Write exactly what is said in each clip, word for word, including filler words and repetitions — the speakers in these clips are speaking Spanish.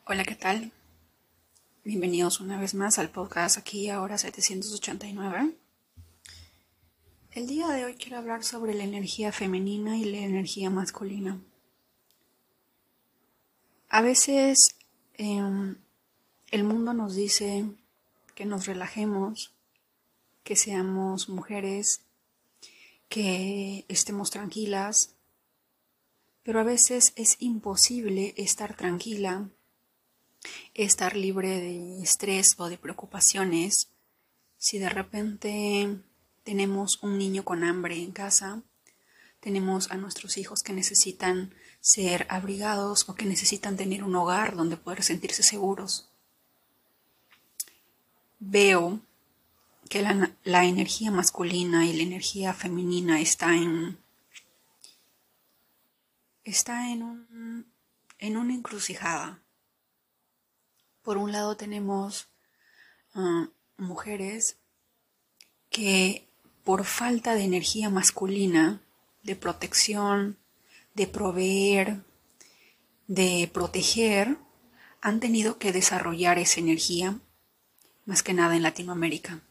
Hola, ¿qué tal? Bienvenidos una vez más al podcast aquí ahora setecientos ochenta y nueve. El día de hoy quiero hablar sobre la energía femenina y la energía masculina. A veces eh, el mundo nos dice que nos relajemos, que seamos mujeres, que estemos tranquilas, pero a veces es imposible estar tranquila, estar libre de estrés o de preocupaciones si de repente tenemos un niño con hambre en casa, tenemos a nuestros hijos que necesitan ser abrigados o que necesitan tener un hogar donde poder sentirse seguros. Veo que la, la energía masculina y la energía femenina está en, está en, un, en una encrucijada. Por un lado tenemos uh, mujeres que por falta de energía masculina, de protección, de proveer, de proteger, han tenido que desarrollar esa energía, más que nada en Latinoamérica.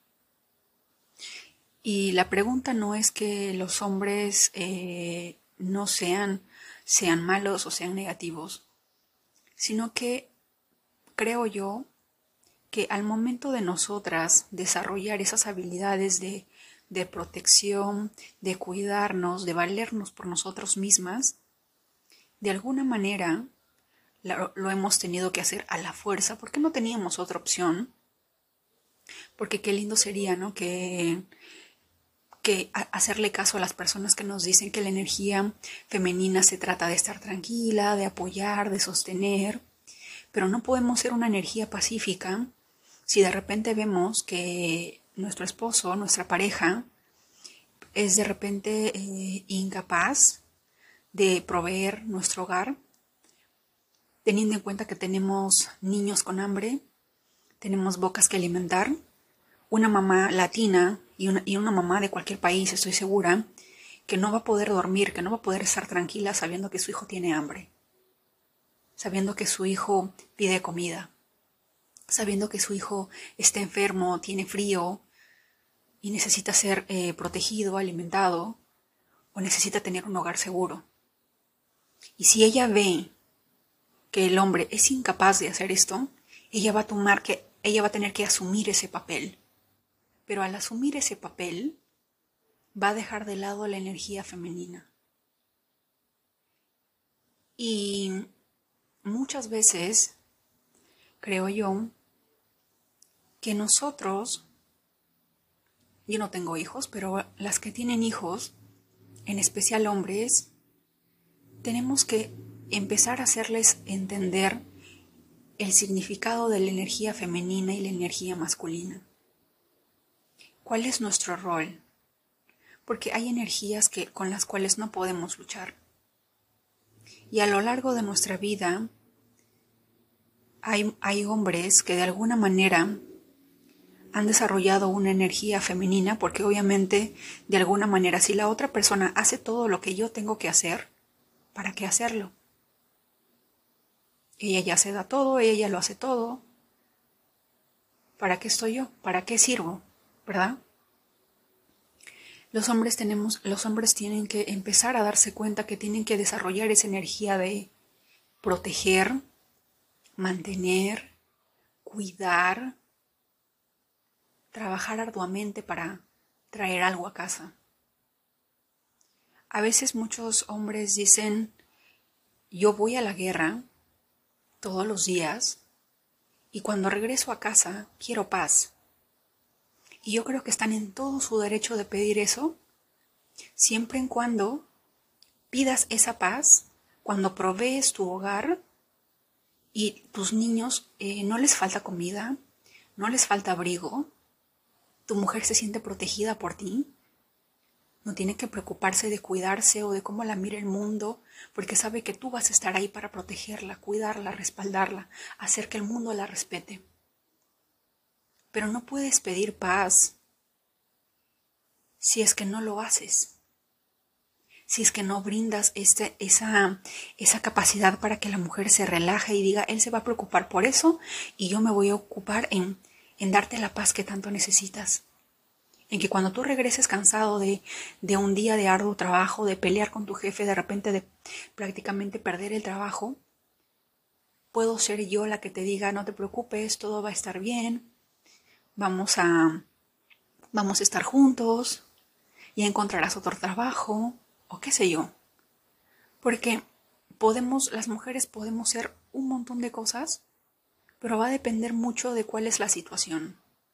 Y la pregunta no es que los hombres eh, no sean, sean malos o sean negativos, sino que creo yo que al momento de nosotras desarrollar esas habilidades de, de protección, de cuidarnos, de valernos por nosotros mismas, de alguna manera lo, lo hemos tenido que hacer a la fuerza porque no teníamos otra opción. Porque qué lindo sería, ¿no? Que, que hacerle caso a las personas que nos dicen que la energía femenina se trata de estar tranquila, de apoyar, de sostener, pero no podemos ser una energía pacífica si de repente vemos que nuestro esposo, nuestra pareja, es de repente eh, incapaz de proveer nuestro hogar, teniendo en cuenta que tenemos niños con hambre, tenemos bocas que alimentar, una mamá latina y una, y una mamá de cualquier país, estoy segura, que no va a poder dormir, que no va a poder estar tranquila sabiendo que su hijo tiene hambre, sabiendo que su hijo pide comida, sabiendo que su hijo está enfermo, tiene frío y necesita ser eh, protegido, alimentado, o necesita tener un hogar seguro. Y si ella ve que el hombre es incapaz de hacer esto, ella va a tomar que, ella va a tener que asumir ese papel. Pero al asumir ese papel, va a dejar de lado la energía femenina. Y muchas veces, creo yo, que nosotros, yo no tengo hijos, pero las que tienen hijos, en especial hombres, tenemos que empezar a hacerles entender el significado de la energía femenina y la energía masculina. ¿Cuál es nuestro rol? Porque hay energías que, con las cuales no podemos luchar. Y a lo largo de nuestra vida hay, hay hombres que de alguna manera han desarrollado una energía femenina porque obviamente de alguna manera si la otra persona hace todo lo que yo tengo que hacer, ¿para qué hacerlo? Ella ya se da todo, ella ya lo hace todo. ¿Para qué estoy yo? ¿Para qué sirvo? ¿Verdad? Los hombres tenemos, los hombres tienen que empezar a darse cuenta que tienen que desarrollar esa energía de proteger, mantener, cuidar, trabajar arduamente para traer algo a casa. A veces muchos hombres dicen, yo voy a la guerra todos los días y cuando regreso a casa quiero paz. Y yo creo que están en todo su derecho de pedir eso, siempre y cuando pidas esa paz, cuando provees tu hogar y tus niños eh, no les falta comida, no les falta abrigo, tu mujer se siente protegida por ti, no tiene que preocuparse de cuidarse o de cómo la mira el mundo, porque sabe que tú vas a estar ahí para protegerla, cuidarla, respaldarla, hacer que el mundo la respete. Pero no puedes pedir paz si es que no lo haces. si es que no brindas este, esa, esa capacidad para que la mujer se relaje y diga, él se va a preocupar por eso y yo me voy a ocupar en, en darte la paz que tanto necesitas. En que cuando tú regreses cansado de, de un día de arduo trabajo, de pelear con tu jefe, de repente de prácticamente perder el trabajo, puedo ser yo la que te diga, no te preocupes, todo va a estar bien, vamos a, vamos a estar juntos, y encontrarás otro trabajo, o qué sé yo. Porque podemos, las mujeres podemos ser un montón de cosas, pero va a depender mucho de cuál es la situación.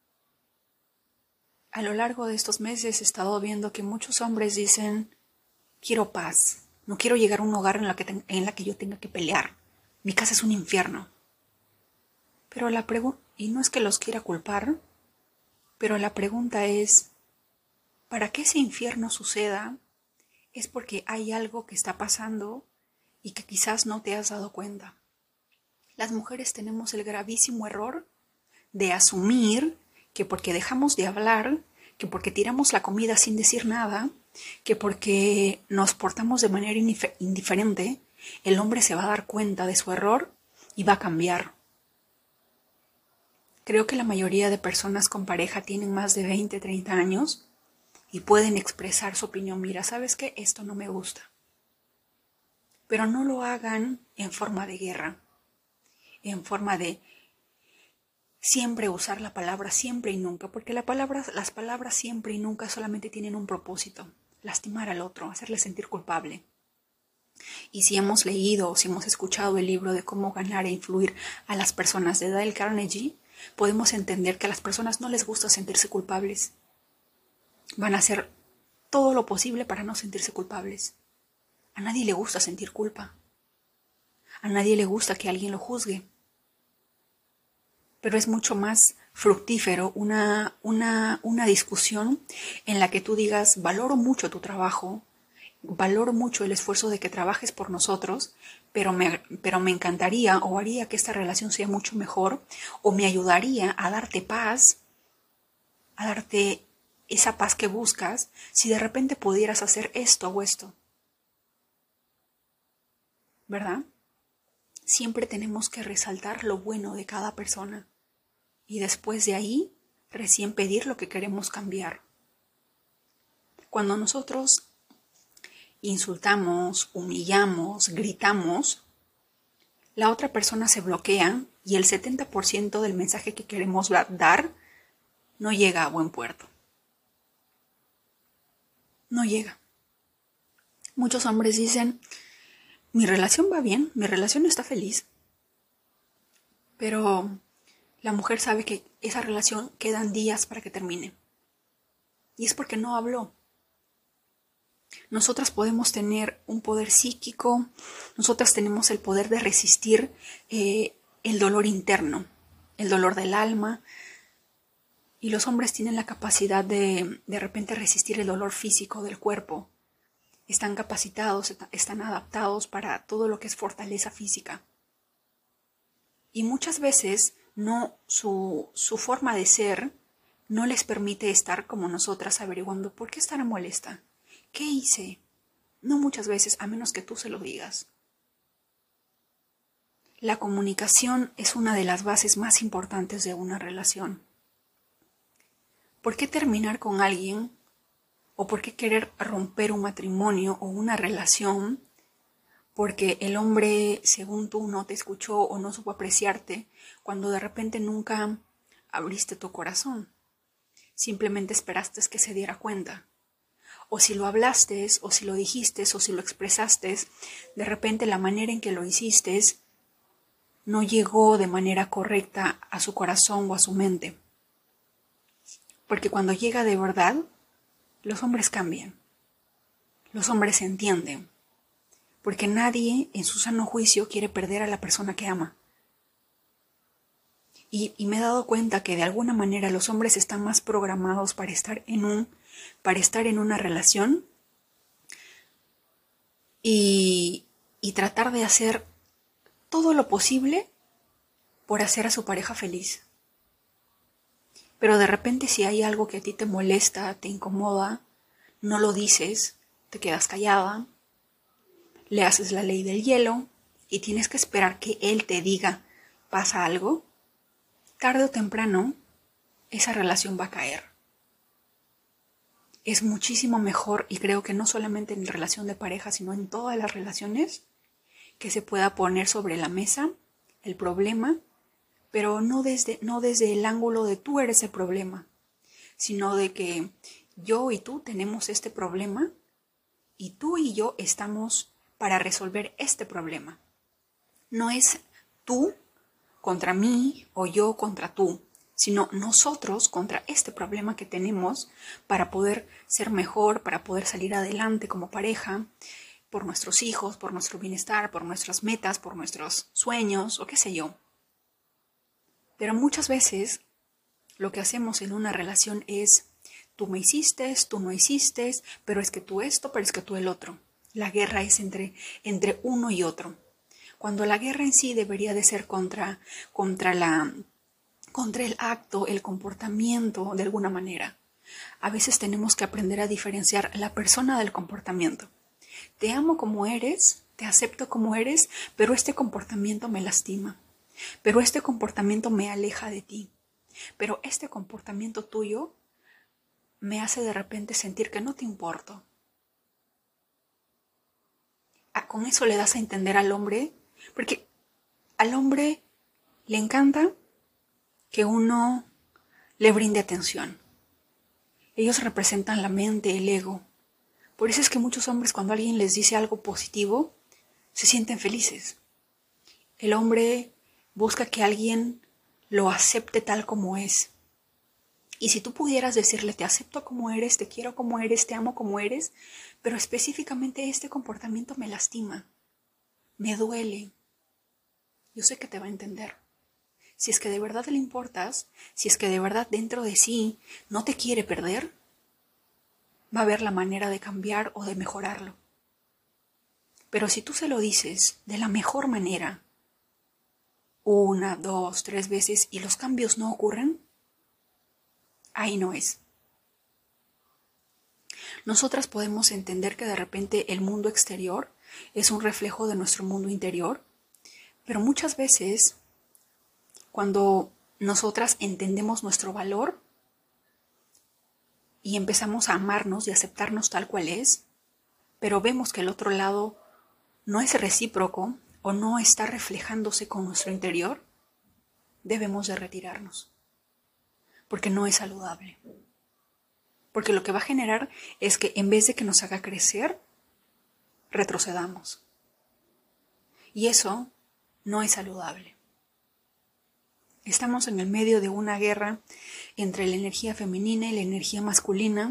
A lo largo de estos meses he estado viendo que muchos hombres dicen, quiero paz, no quiero llegar a un hogar en la que, ten- en la que yo tenga que pelear. Mi casa es un infierno. Pero la pregunta, y no es que los quiera culpar, pero la pregunta es, para que ese infierno suceda, es porque hay algo que está pasando y que quizás no te has dado cuenta. Las mujeres tenemos el gravísimo error de asumir que porque dejamos de hablar, que porque tiramos la comida sin decir nada, que porque nos portamos de manera indiferente, el hombre se va a dar cuenta de su error y va a cambiar. Creo que la mayoría de personas con pareja tienen más de veinte, treinta años y pueden expresar su opinión. Mira, ¿sabes qué? Esto no me gusta. Pero no lo hagan en forma de guerra, en forma de siempre usar la palabra siempre y nunca, porque la palabra, las palabras siempre y nunca solamente tienen un propósito, lastimar al otro, hacerle sentir culpable. Y si hemos leído o si hemos escuchado el libro de cómo ganar e influir a las personas de Dale Carnegie, podemos entender que a las personas no les gusta sentirse culpables. Van a hacer todo lo posible para no sentirse culpables. A nadie le gusta sentir culpa. A nadie le gusta que alguien lo juzgue. Pero es mucho más fructífero una, una, una discusión en la que tú digas, valoro mucho tu trabajo, valoro mucho el esfuerzo de que trabajes por nosotros, pero me, pero me encantaría o haría que esta relación sea mucho mejor, o me ayudaría a darte paz, a darte esa paz que buscas, si de repente pudieras hacer esto o esto. ¿Verdad? Siempre tenemos que resaltar lo bueno de cada persona y después de ahí recién pedir lo que queremos cambiar. Cuando nosotros insultamos, humillamos, gritamos, la otra persona se bloquea y el setenta por ciento del mensaje que queremos dar no llega a buen puerto. No llega. Muchos hombres dicen, mi relación va bien, mi relación está feliz, pero la mujer sabe que esa relación quedan días para que termine. Y es porque no habló. Nosotras podemos tener un poder psíquico, nosotras tenemos el poder de resistir eh, el dolor interno, el dolor del alma, y los hombres tienen la capacidad de de repente resistir el dolor físico del cuerpo. Están capacitados, están adaptados para todo lo que es fortaleza física. Y muchas veces no, su, su forma de ser no les permite estar como nosotras averiguando por qué estará molesta. ¿Qué hice? No muchas veces, a menos que tú se lo digas. La comunicación es una de las bases más importantes de una relación. ¿Por qué terminar con alguien o por qué querer romper un matrimonio o una relación porque el hombre, según tú, no te escuchó o no supo apreciarte cuando de repente nunca abriste tu corazón? Simplemente esperaste que se diera cuenta. O si lo hablaste, o si lo dijiste, o si lo expresaste, de repente la manera en que lo hiciste no llegó de manera correcta a su corazón o a su mente. Porque cuando llega de verdad, los hombres cambian. Los hombres se entienden. Porque nadie en su sano juicio quiere perder a la persona que ama. Y, y me he dado cuenta que de alguna manera los hombres están más programados para estar en un, para estar en una relación y, y tratar de hacer todo lo posible por hacer a su pareja feliz. Pero de repente si hay algo que a ti te molesta, te incomoda, no lo dices te quedas callada, le haces la ley del hielo y tienes que esperar que él te diga pasa algo, tarde o temprano esa relación va a caer. Es muchísimo mejor, y creo que no solamente en relación de pareja, sino en todas las relaciones, que se pueda poner sobre la mesa el problema, pero no desde, no desde el ángulo de tú eres el problema, sino de que yo y tú tenemos este problema y tú y yo estamos para resolver este problema. No es tú contra mí o yo contra tú, sino nosotros contra este problema que tenemos para poder ser mejor, para poder salir adelante como pareja, por nuestros hijos, por nuestro bienestar, por nuestras metas, por nuestros sueños o qué sé yo. Pero muchas veces lo que hacemos en una relación es tú me hiciste, tú no hiciste, pero es que tú esto, pero es que tú el otro. La guerra es entre, entre uno y otro. Cuando la guerra en sí debería de ser contra, contra, la, contra el acto, el comportamiento de alguna manera. A veces tenemos que aprender a diferenciar la persona del comportamiento. Te amo como eres, te acepto como eres, pero este comportamiento me lastima. Pero este comportamiento me aleja de ti. Pero este comportamiento tuyo me hace de repente sentir que no te importo. Ah, con eso le das a entender al hombre, porque al hombre le encanta que uno le brinde atención. Ellos representan la mente, el ego. Por eso es que muchos hombres, cuando alguien les dice algo positivo, se sienten felices. El hombre busca que alguien lo acepte tal como es. Y si tú pudieras decirle, te acepto como eres, te quiero como eres, te amo como eres, pero específicamente este comportamiento me lastima, me duele, yo sé que te va a entender. Si es que de verdad le importas, si es que de verdad dentro de sí no te quiere perder, va a ver la manera de cambiar o de mejorarlo. Pero si tú se lo dices de la mejor manera, una, dos, tres veces, y los cambios no ocurren, ahí no es. Nosotras podemos entender que de repente el mundo exterior es un reflejo de nuestro mundo interior, pero muchas veces cuando nosotras entendemos nuestro valor y empezamos a amarnos y aceptarnos tal cual es, pero vemos que el otro lado no es recíproco o no está reflejándose con nuestro interior, debemos de retirarnos, porque no es saludable. Porque lo que va a generar es que en vez de que nos haga crecer, retrocedamos. Y eso no es saludable. Estamos en el medio de una guerra entre la energía femenina y la energía masculina.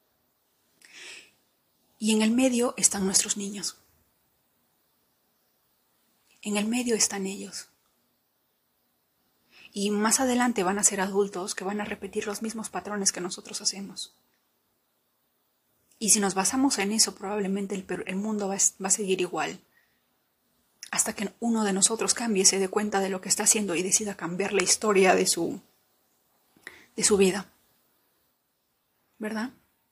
Y en el medio están nuestros niños. En el medio están ellos. Y más adelante van a ser adultos que van a repetir los mismos patrones que nosotros hacemos. Y si nos basamos en eso, probablemente el, el mundo va, va a seguir igual. Hasta que uno de nosotros cambie, se dé cuenta de lo que está haciendo y decida cambiar la historia de su, de su vida. ¿Verdad?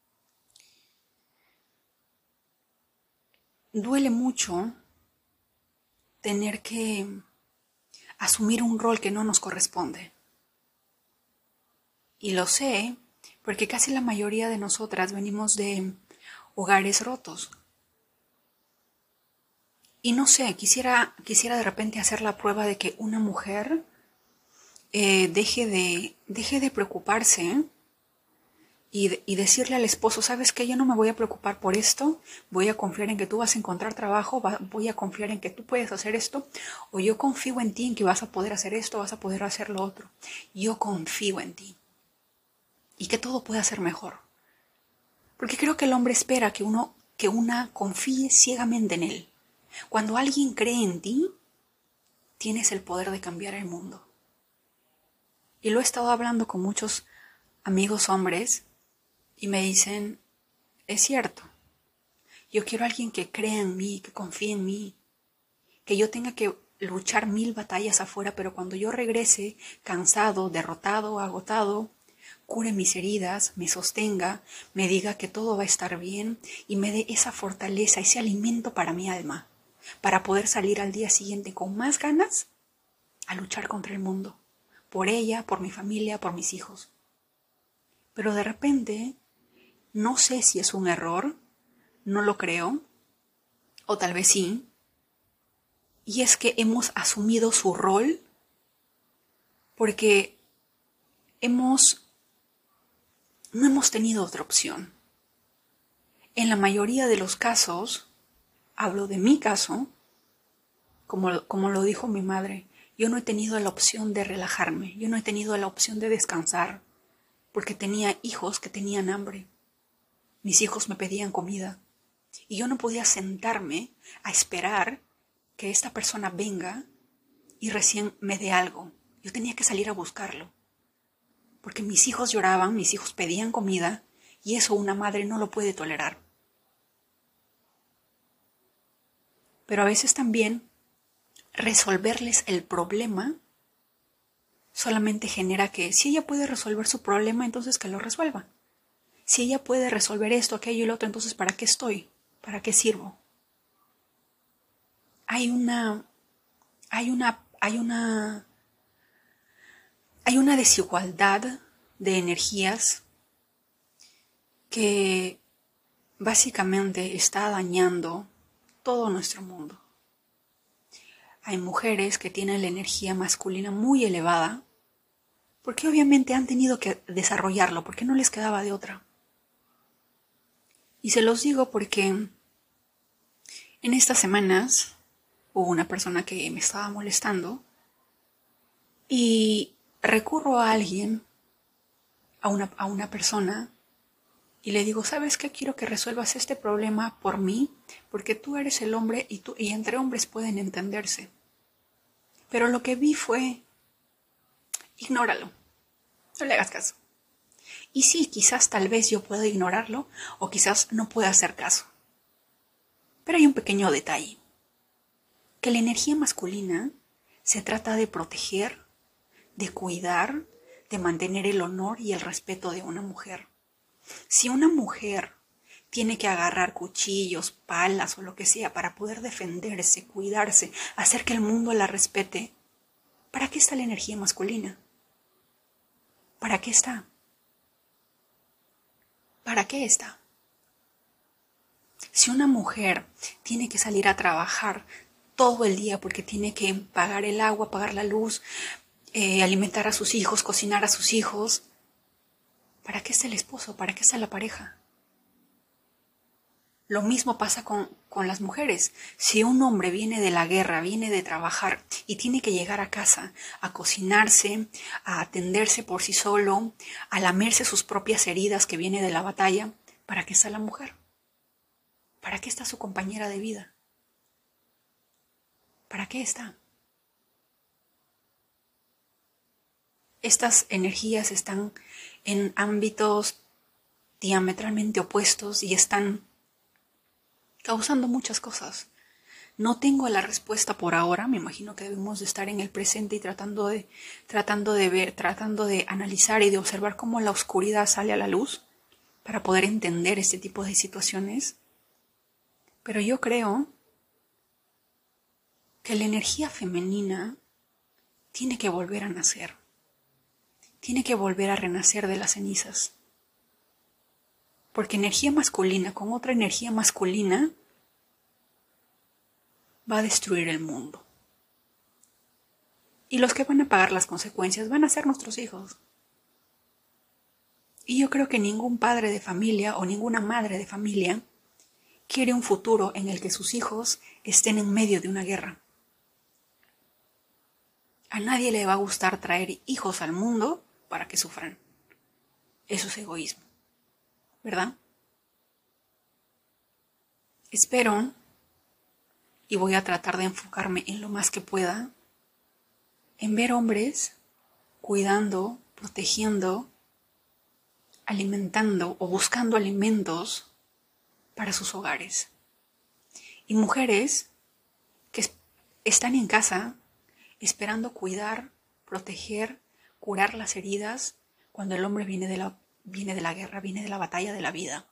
Duele mucho tener que asumir un rol que no nos corresponde. Y lo sé porque casi la mayoría de nosotras venimos de hogares rotos. Y no sé, quisiera, quisiera de repente hacer la prueba de que una mujer eh, deje, de, deje de preocuparse y, de, y decirle al esposo, ¿sabes qué? Yo no me voy a preocupar por esto, voy a confiar en que tú vas a encontrar trabajo, va, voy a confiar en que tú puedes hacer esto, o yo confío en ti, en que vas a poder hacer esto, vas a poder hacer lo otro. Yo confío en ti. Y que todo pueda ser mejor. Porque creo que el hombre espera que, uno, que una confíe ciegamente en él. Cuando alguien cree en ti, tienes el poder de cambiar el mundo. Y lo he estado hablando con muchos amigos hombres y me dicen, es cierto, yo quiero a alguien que crea en mí, que confíe en mí, que yo tenga que luchar mil batallas afuera, pero cuando yo regrese cansado, derrotado, agotado, cure mis heridas, me sostenga, me diga que todo va a estar bien y me dé esa fortaleza, ese alimento para mi alma, para poder salir al día siguiente con más ganas a luchar contra el mundo, por ella, por mi familia, por mis hijos. Pero de repente, no sé si es un error, no lo creo, o tal vez sí, y es que hemos asumido su rol porque hemos, no hemos tenido otra opción. En la mayoría de los casos, hablo de mi caso, como, como lo dijo mi madre, yo no he tenido la opción de relajarme, yo no he tenido la opción de descansar, porque tenía hijos que tenían hambre. Mis hijos me pedían comida y yo no podía sentarme a esperar que esta persona venga y recién me dé algo. Yo tenía que salir a buscarlo, porque mis hijos lloraban, mis hijos pedían comida y eso una madre no lo puede tolerar. Pero a veces también resolverles el problema solamente genera que si ella puede resolver su problema, entonces que lo resuelva. Si ella puede resolver esto, aquello y lo otro, entonces ¿para qué estoy? ¿Para qué sirvo? Hay una, hay una, hay una, hay una desigualdad de energías que básicamente está dañando todo nuestro mundo. Hay mujeres que tienen la energía masculina muy elevada, porque obviamente han tenido que desarrollarlo, porque no les quedaba de otra. Y se los digo porque en estas semanas hubo una persona que me estaba molestando y recurro a alguien, a una, a una persona, y le digo, ¿sabes qué? Quiero que resuelvas este problema por mí, porque tú eres el hombre y, tú, y entre hombres pueden entenderse. Pero lo que vi fue, ignóralo, no le hagas caso. Y sí, quizás tal vez yo pueda ignorarlo o quizás no pueda hacer caso. Pero hay un pequeño detalle, que la energía masculina se trata de proteger, de cuidar, de mantener el honor y el respeto de una mujer. Si una mujer tiene que agarrar cuchillos, palas o lo que sea para poder defenderse, cuidarse, hacer que el mundo la respete, ¿para qué está la energía masculina? ¿Para qué está? ¿Para qué está? Si una mujer tiene que salir a trabajar todo el día porque tiene que pagar el agua, pagar la luz, eh, alimentar a sus hijos, cocinar a sus hijos, ¿para qué está el esposo? ¿Para qué está la pareja? Lo mismo pasa con, con las mujeres. Si un hombre viene de la guerra, viene de trabajar y tiene que llegar a casa a cocinarse, a atenderse por sí solo, a lamerse sus propias heridas que viene de la batalla, ¿para qué está la mujer? ¿Para qué está su compañera de vida? ¿Para qué está? Estas energías están en ámbitos diametralmente opuestos y están causando muchas cosas. No tengo la respuesta por ahora, me imagino que debemos de estar en el presente y tratando de, tratando de ver, tratando de analizar y de observar cómo la oscuridad sale a la luz para poder entender este tipo de situaciones. Pero yo creo que la energía femenina tiene que volver a nacer, tiene que volver a renacer de las cenizas. Porque energía masculina con otra energía masculina va a destruir el mundo. Y los que van a pagar las consecuencias van a ser nuestros hijos. Y yo creo que ningún padre de familia o ninguna madre de familia quiere un futuro en el que sus hijos estén en medio de una guerra. A nadie le va a gustar traer hijos al mundo para que sufran. Eso es egoísmo. ¿Verdad? Espero, y voy a tratar de enfocarme en lo más que pueda, en ver hombres cuidando, protegiendo, alimentando o buscando alimentos para sus hogares. Y mujeres que están en casa esperando cuidar, proteger, curar las heridas, cuando el hombre viene de la, viene de la guerra, viene de la batalla de la vida.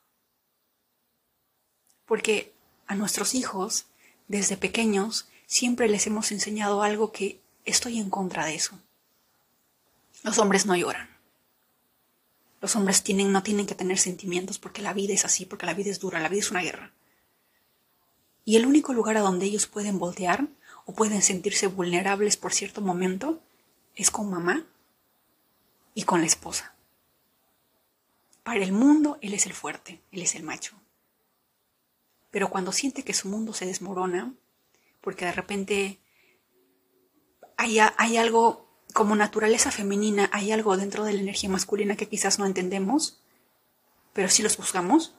Porque a nuestros hijos, desde pequeños, siempre les hemos enseñado algo que estoy en contra de eso. Los hombres no lloran. Los hombres tienen, no tienen que tener sentimientos porque la vida es así, porque la vida es dura, la vida es una guerra. Y el único lugar a donde ellos pueden voltear o pueden sentirse vulnerables por cierto momento es con mamá y con la esposa. Para el mundo, él es el fuerte, él es el macho. Pero cuando siente que su mundo se desmorona, porque de repente hay, hay algo como naturaleza femenina, hay algo dentro de la energía masculina que quizás no entendemos, pero sí los buscamos.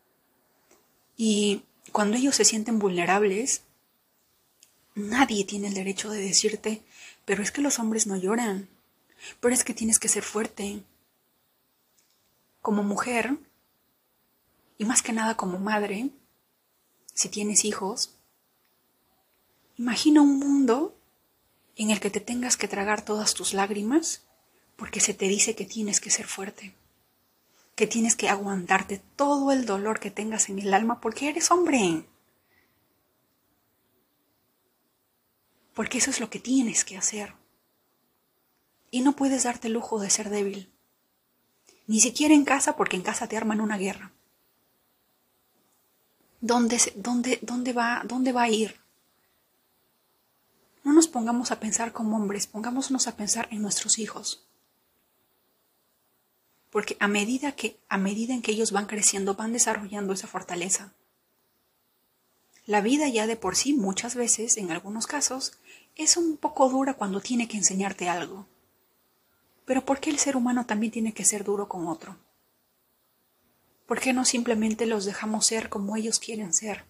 Y cuando ellos se sienten vulnerables, nadie tiene el derecho de decirte, pero es que los hombres no lloran, pero es que tienes que ser fuerte. Como mujer, y más que nada como madre, si tienes hijos, imagina un mundo en el que te tengas que tragar todas tus lágrimas porque se te dice que tienes que ser fuerte, que tienes que aguantarte todo el dolor que tengas en el alma porque eres hombre. Porque eso es lo que tienes que hacer. Y no puedes darte el lujo de ser débil. Ni siquiera en casa, porque en casa te arman una guerra. ¿Dónde, dónde, dónde, va, ¿Dónde va a ir? No nos pongamos a pensar como hombres, pongámonos a pensar en nuestros hijos. Porque a medida, que, a medida en que ellos van creciendo, van desarrollando esa fortaleza. La vida ya de por sí, muchas veces, en algunos casos, es un poco dura cuando tiene que enseñarte algo. Pero ¿por qué el ser humano también tiene que ser duro con otro? ¿Por qué no simplemente los dejamos ser como ellos quieren ser?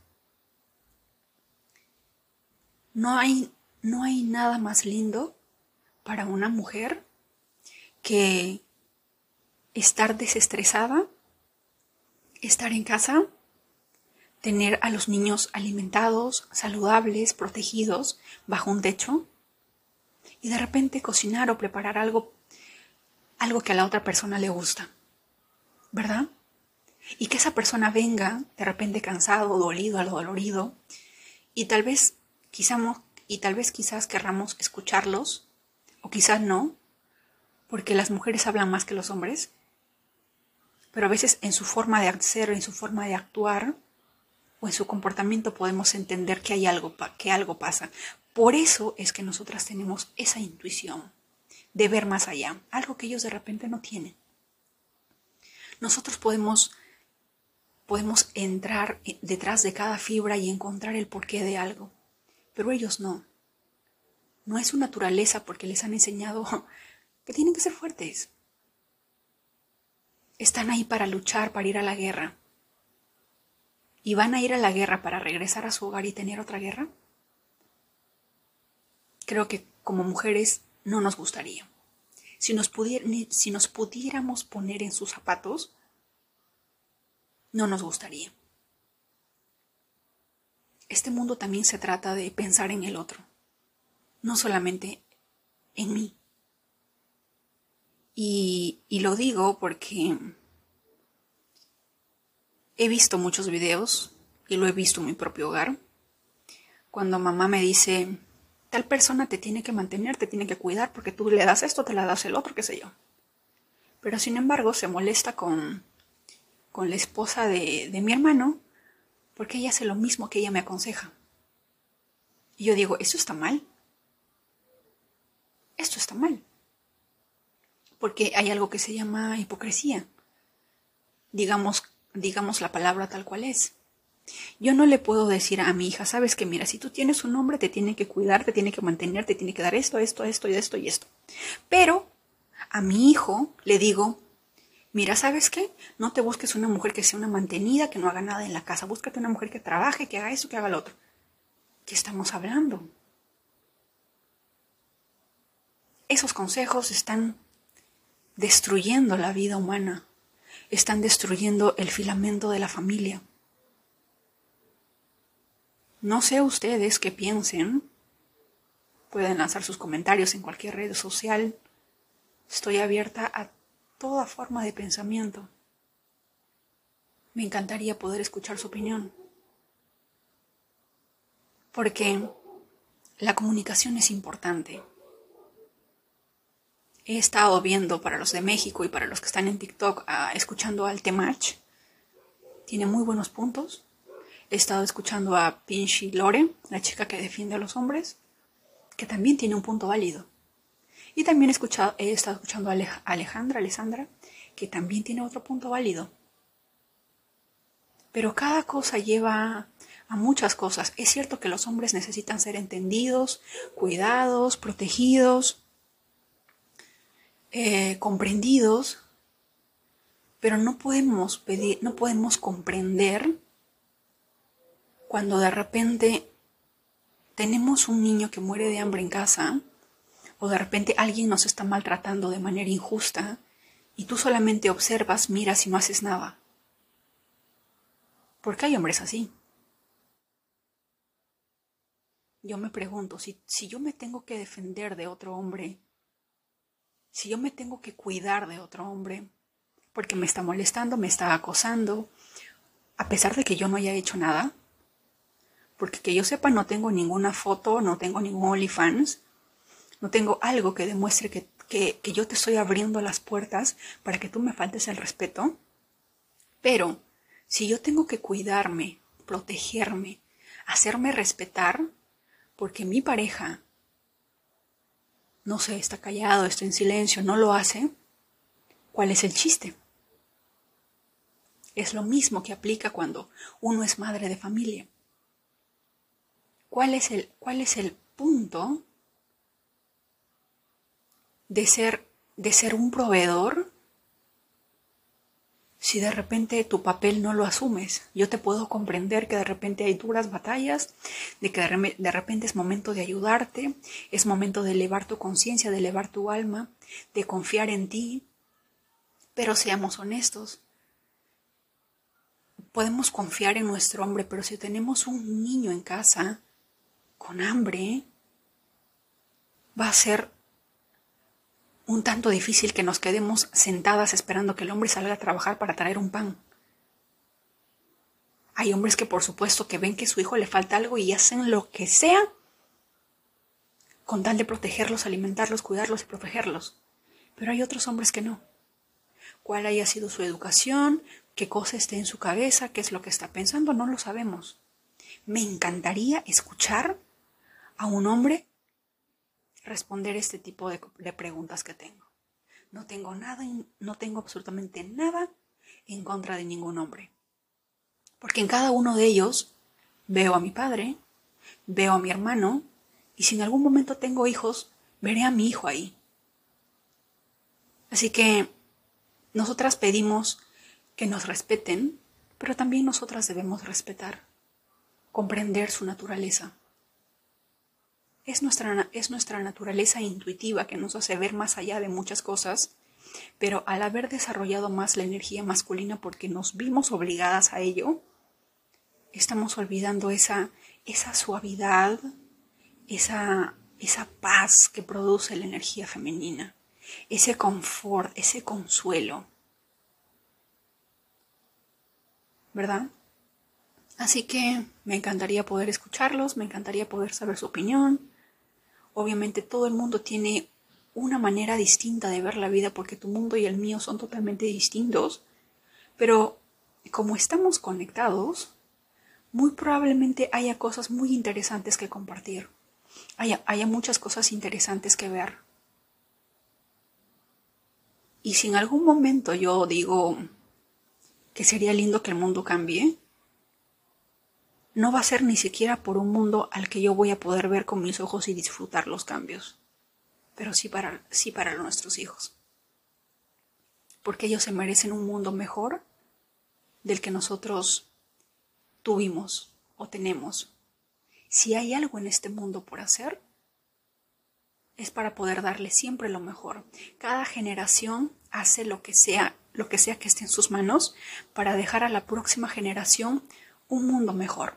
No hay, no hay nada más lindo para una mujer que estar desestresada, estar en casa, tener a los niños alimentados, saludables, protegidos, bajo un techo, y de repente cocinar o preparar algo, algo que a la otra persona le gusta, ¿verdad? Y que esa persona venga de repente cansado, dolido, adolorido, y tal vez, quizás, y tal vez quizás querramos escucharlos, o quizás no, porque las mujeres hablan más que los hombres, pero a veces en su forma de hacer, en su forma de actuar, o en su comportamiento podemos entender que hay algo, que algo pasa. Por eso es que nosotras tenemos esa intuición de ver más allá, algo que ellos de repente no tienen. Nosotros podemos, podemos entrar detrás de cada fibra y encontrar el porqué de algo, pero ellos no. No es su naturaleza porque les han enseñado que tienen que ser fuertes. Están ahí para luchar, para ir a la guerra. ¿Y van a ir a la guerra para regresar a su hogar y tener otra guerra? Creo que como mujeres no nos gustaría. Si nos, pudier, si nos pudiéramos poner en sus zapatos, no nos gustaría. Este mundo también se trata de pensar en el otro, no solamente en mí. Y, y lo digo porque he visto muchos videos y lo he visto en mi propio hogar. Cuando mamá me dice, tal persona te tiene que mantener, te tiene que cuidar porque tú le das esto, te la das el otro, qué sé yo. Pero sin embargo se molesta con, con la esposa de, de mi hermano porque ella hace lo mismo que ella me aconseja. Y yo digo, esto está mal. Esto está mal. Porque hay algo que se llama hipocresía. Digamos, digamos la palabra tal cual es. Yo no le puedo decir a mi hija, sabes que mira, si tú tienes un hombre, te tiene que cuidar, te tiene que mantener, te tiene que dar esto, esto, esto y esto y esto. Pero a mi hijo le digo, mira, ¿sabes qué? No te busques una mujer que sea una mantenida, que no haga nada en la casa. Búscate una mujer que trabaje, que haga esto, que haga lo otro. ¿Qué estamos hablando? Esos consejos están destruyendo la vida humana. Están destruyendo el filamento de la familia. No sé ustedes qué piensen. Pueden lanzar sus comentarios en cualquier red social. Estoy abierta a toda forma de pensamiento. Me encantaría poder escuchar su opinión, porque la comunicación es importante. He estado viendo para los de México y para los que están en TikTok, uh, escuchando al Temach. Tiene muy buenos puntos. He estado escuchando a Pinchi Lore, la chica que defiende a los hombres, que también tiene un punto válido. Y también he, escuchado, he estado escuchando a Alejandra, Alessandra, que también tiene otro punto válido. Pero cada cosa lleva a muchas cosas. Es cierto que los hombres necesitan ser entendidos, cuidados, protegidos, eh, comprendidos, pero no podemos pedir, no podemos comprender cuando de repente tenemos un niño que muere de hambre en casa, o de repente alguien nos está maltratando de manera injusta, y tú solamente observas, miras y no haces nada. Porque hay hombres así. Yo me pregunto, si, si yo me tengo que defender de otro hombre, si yo me tengo que cuidar de otro hombre, porque me está molestando, me está acosando, a pesar de que yo no haya hecho nada, porque que yo sepa no tengo ninguna foto, no tengo ningún OnlyFans, no tengo algo que demuestre que, que, que yo te estoy abriendo las puertas para que tú me faltes el respeto, pero si yo tengo que cuidarme, protegerme, hacerme respetar, porque mi pareja, no sé, está callado, está en silencio, no lo hace, ¿cuál es el chiste? Es lo mismo que aplica cuando uno es madre de familia. ¿Cuál es el, cuál es el punto de ser, de ser un proveedor si de repente tu papel no lo asumes? Yo te puedo comprender que de repente hay duras batallas, de que de repente es momento de ayudarte, es momento de elevar tu conciencia, de elevar tu alma, de confiar en ti, pero seamos honestos. Podemos confiar en nuestro hombre, pero si tenemos un niño en casa con hambre, va a ser un tanto difícil que nos quedemos sentadas esperando que el hombre salga a trabajar para traer un pan. Hay hombres que por supuesto que ven que a su hijo le falta algo y hacen lo que sea con tal de protegerlos, alimentarlos, cuidarlos y protegerlos. Pero hay otros hombres que no. Cuál haya sido su educación, qué cosa esté en su cabeza, qué es lo que está pensando, no lo sabemos. Me encantaría escuchar a un hombre responder este tipo de, de preguntas que tengo. No tengo nada, no tengo absolutamente nada en contra de ningún hombre. Porque en cada uno de ellos veo a mi padre, veo a mi hermano, y si en algún momento tengo hijos, veré a mi hijo ahí. Así que nosotras pedimos que nos respeten, pero también nosotras debemos respetar, comprender su naturaleza. Es nuestra, es nuestra naturaleza intuitiva que nos hace ver más allá de muchas cosas, pero al haber desarrollado más la energía masculina porque nos vimos obligadas a ello, estamos olvidando esa, esa suavidad, esa, esa paz que produce la energía femenina, ese confort, ese consuelo. ¿Verdad? Así que me encantaría poder escucharlos, me encantaría poder saber su opinión. Obviamente todo el mundo tiene una manera distinta de ver la vida porque tu mundo y el mío son totalmente distintos, pero como estamos conectados, muy probablemente haya cosas muy interesantes que compartir, haya, haya muchas cosas interesantes que ver. Y si en algún momento yo digo que sería lindo que el mundo cambie, no va a ser ni siquiera por un mundo al que yo voy a poder ver con mis ojos y disfrutar los cambios, pero sí para, sí para nuestros hijos. Porque ellos se merecen un mundo mejor del que nosotros tuvimos o tenemos. Si hay algo en este mundo por hacer, es para poder darle siempre lo mejor. Cada generación hace lo que sea, lo que sea que esté en sus manos para dejar a la próxima generación un mundo mejor.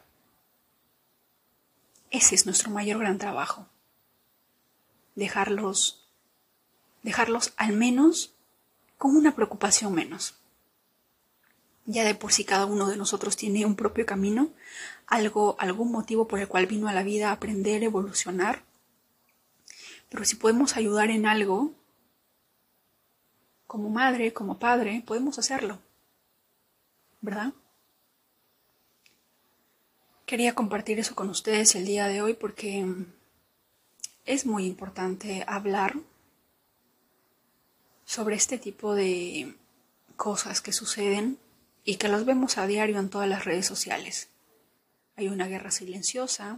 Ese es nuestro mayor gran trabajo. Dejarlos, dejarlos al menos con una preocupación menos. Ya de por sí cada uno de nosotros tiene un propio camino, algo, algún motivo por el cual vino a la vida a aprender, evolucionar. Pero si podemos ayudar en algo, como madre, como padre, podemos hacerlo, ¿verdad? Quería compartir eso con ustedes el día de hoy porque es muy importante hablar sobre este tipo de cosas que suceden y que las vemos a diario en todas las redes sociales. Hay una guerra silenciosa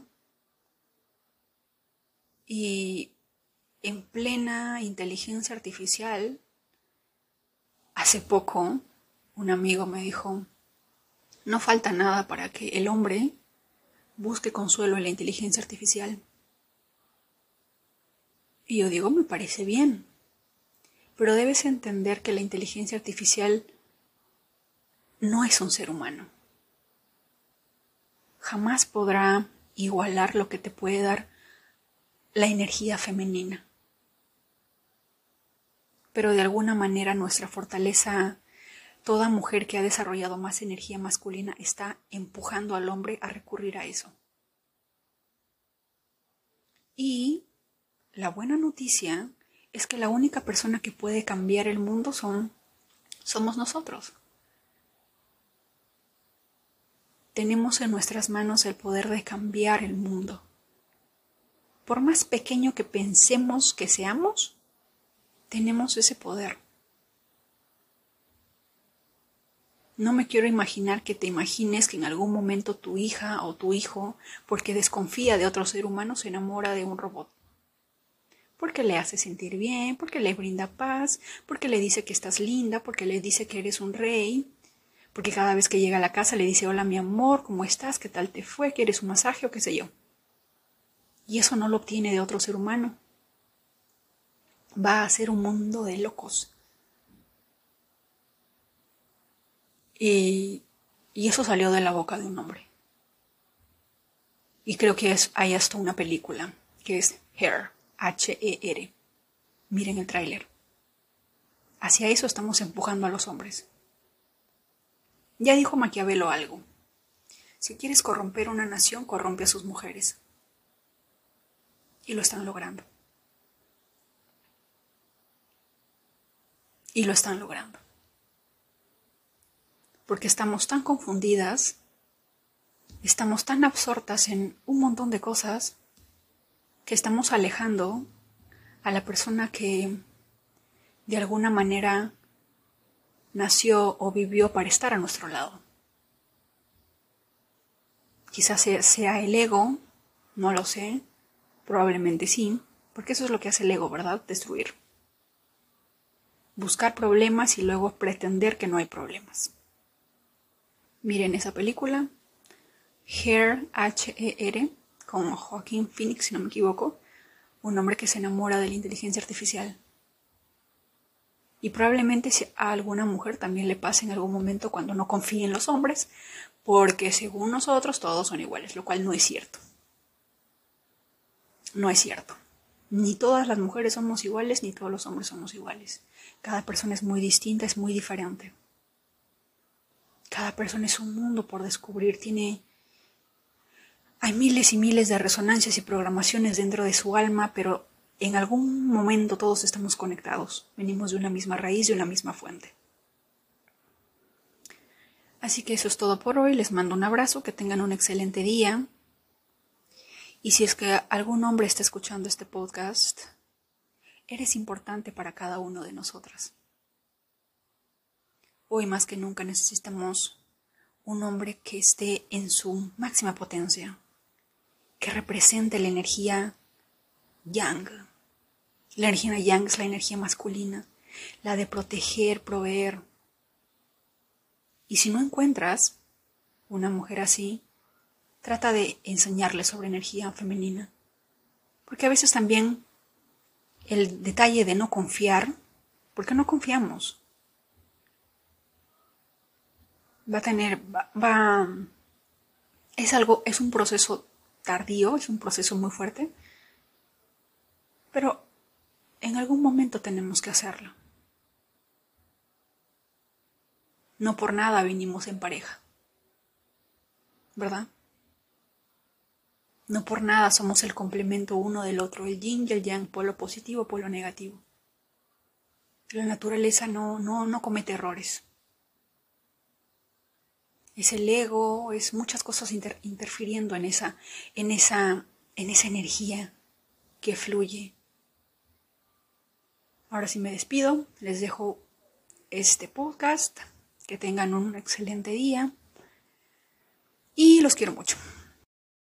y en plena inteligencia artificial, hace poco un amigo me dijo, no falta nada para que el hombre busque consuelo en la inteligencia artificial. Y yo digo, me parece bien, pero debes entender que la inteligencia artificial no es un ser humano. Jamás podrá igualar lo que te puede dar la energía femenina. Pero de alguna manera nuestra fortaleza, toda mujer que ha desarrollado más energía masculina está empujando al hombre a recurrir a eso. Y la buena noticia es que la única persona que puede cambiar el mundo son, somos nosotros. Tenemos en nuestras manos el poder de cambiar el mundo. Por más pequeño que pensemos que seamos, tenemos ese poder. No me quiero imaginar que te imagines que en algún momento tu hija o tu hijo, porque desconfía de otro ser humano, se enamora de un robot. Porque le hace sentir bien, porque le brinda paz, porque le dice que estás linda, porque le dice que eres un rey, porque cada vez que llega a la casa le dice, hola mi amor, ¿cómo estás? ¿Qué tal te fue? ¿Quieres un masaje o qué sé yo? Y eso no lo obtiene de otro ser humano. Va a ser un mundo de locos. Y, y eso salió de la boca de un hombre. Y creo que es, hay hasta una película, que es Her, H E R. Miren el tráiler. Hacia eso estamos empujando a los hombres. Ya dijo Maquiavelo algo. Si quieres corromper una nación, corrompe a sus mujeres. Y lo están logrando. Y lo están logrando. Porque estamos tan confundidas, estamos tan absortas en un montón de cosas, que estamos alejando a la persona que de alguna manera nació o vivió para estar a nuestro lado. Quizás sea el ego, no lo sé, probablemente sí, porque eso es lo que hace el ego, ¿verdad? Destruir. Buscar problemas y luego pretender que no hay problemas. Miren esa película, Her, H E R, con Joaquín Phoenix, si no me equivoco, un hombre que se enamora de la inteligencia artificial. Y probablemente a alguna mujer también le pase en algún momento cuando no confíe en los hombres, porque según nosotros todos son iguales, lo cual no es cierto. No es cierto. Ni todas las mujeres somos iguales, ni todos los hombres somos iguales. Cada persona es muy distinta, es muy diferente. Cada persona es un mundo por descubrir, tiene... Hay miles y miles de resonancias y programaciones dentro de su alma, pero en algún momento todos estamos conectados. Venimos de una misma raíz, de una misma fuente. Así que eso es todo por hoy. Les mando un abrazo, que tengan un excelente día. Y si es que algún hombre está escuchando este podcast, eres importante para cada uno de nosotras. Hoy más que nunca necesitamos un hombre que esté en su máxima potencia, que represente la energía yang. La energía yang es la energía masculina, la de proteger, proveer. Y si no encuentras una mujer así, trata de enseñarle sobre energía femenina. Porque a veces también el detalle de no confiar, porque no confiamos, va a tener, va, va, es algo, es un proceso tardío, es un proceso muy fuerte, pero en algún momento tenemos que hacerlo. No por nada vinimos en pareja, ¿verdad? No por nada somos el complemento uno del otro, el yin y el yang, polo positivo, polo negativo. La naturaleza no, no, no comete errores. Es el ego, es muchas cosas inter- interfiriendo en esa, en esa, en esa energía que fluye. Ahora sí me despido, les dejo este podcast, que tengan un excelente día y los quiero mucho.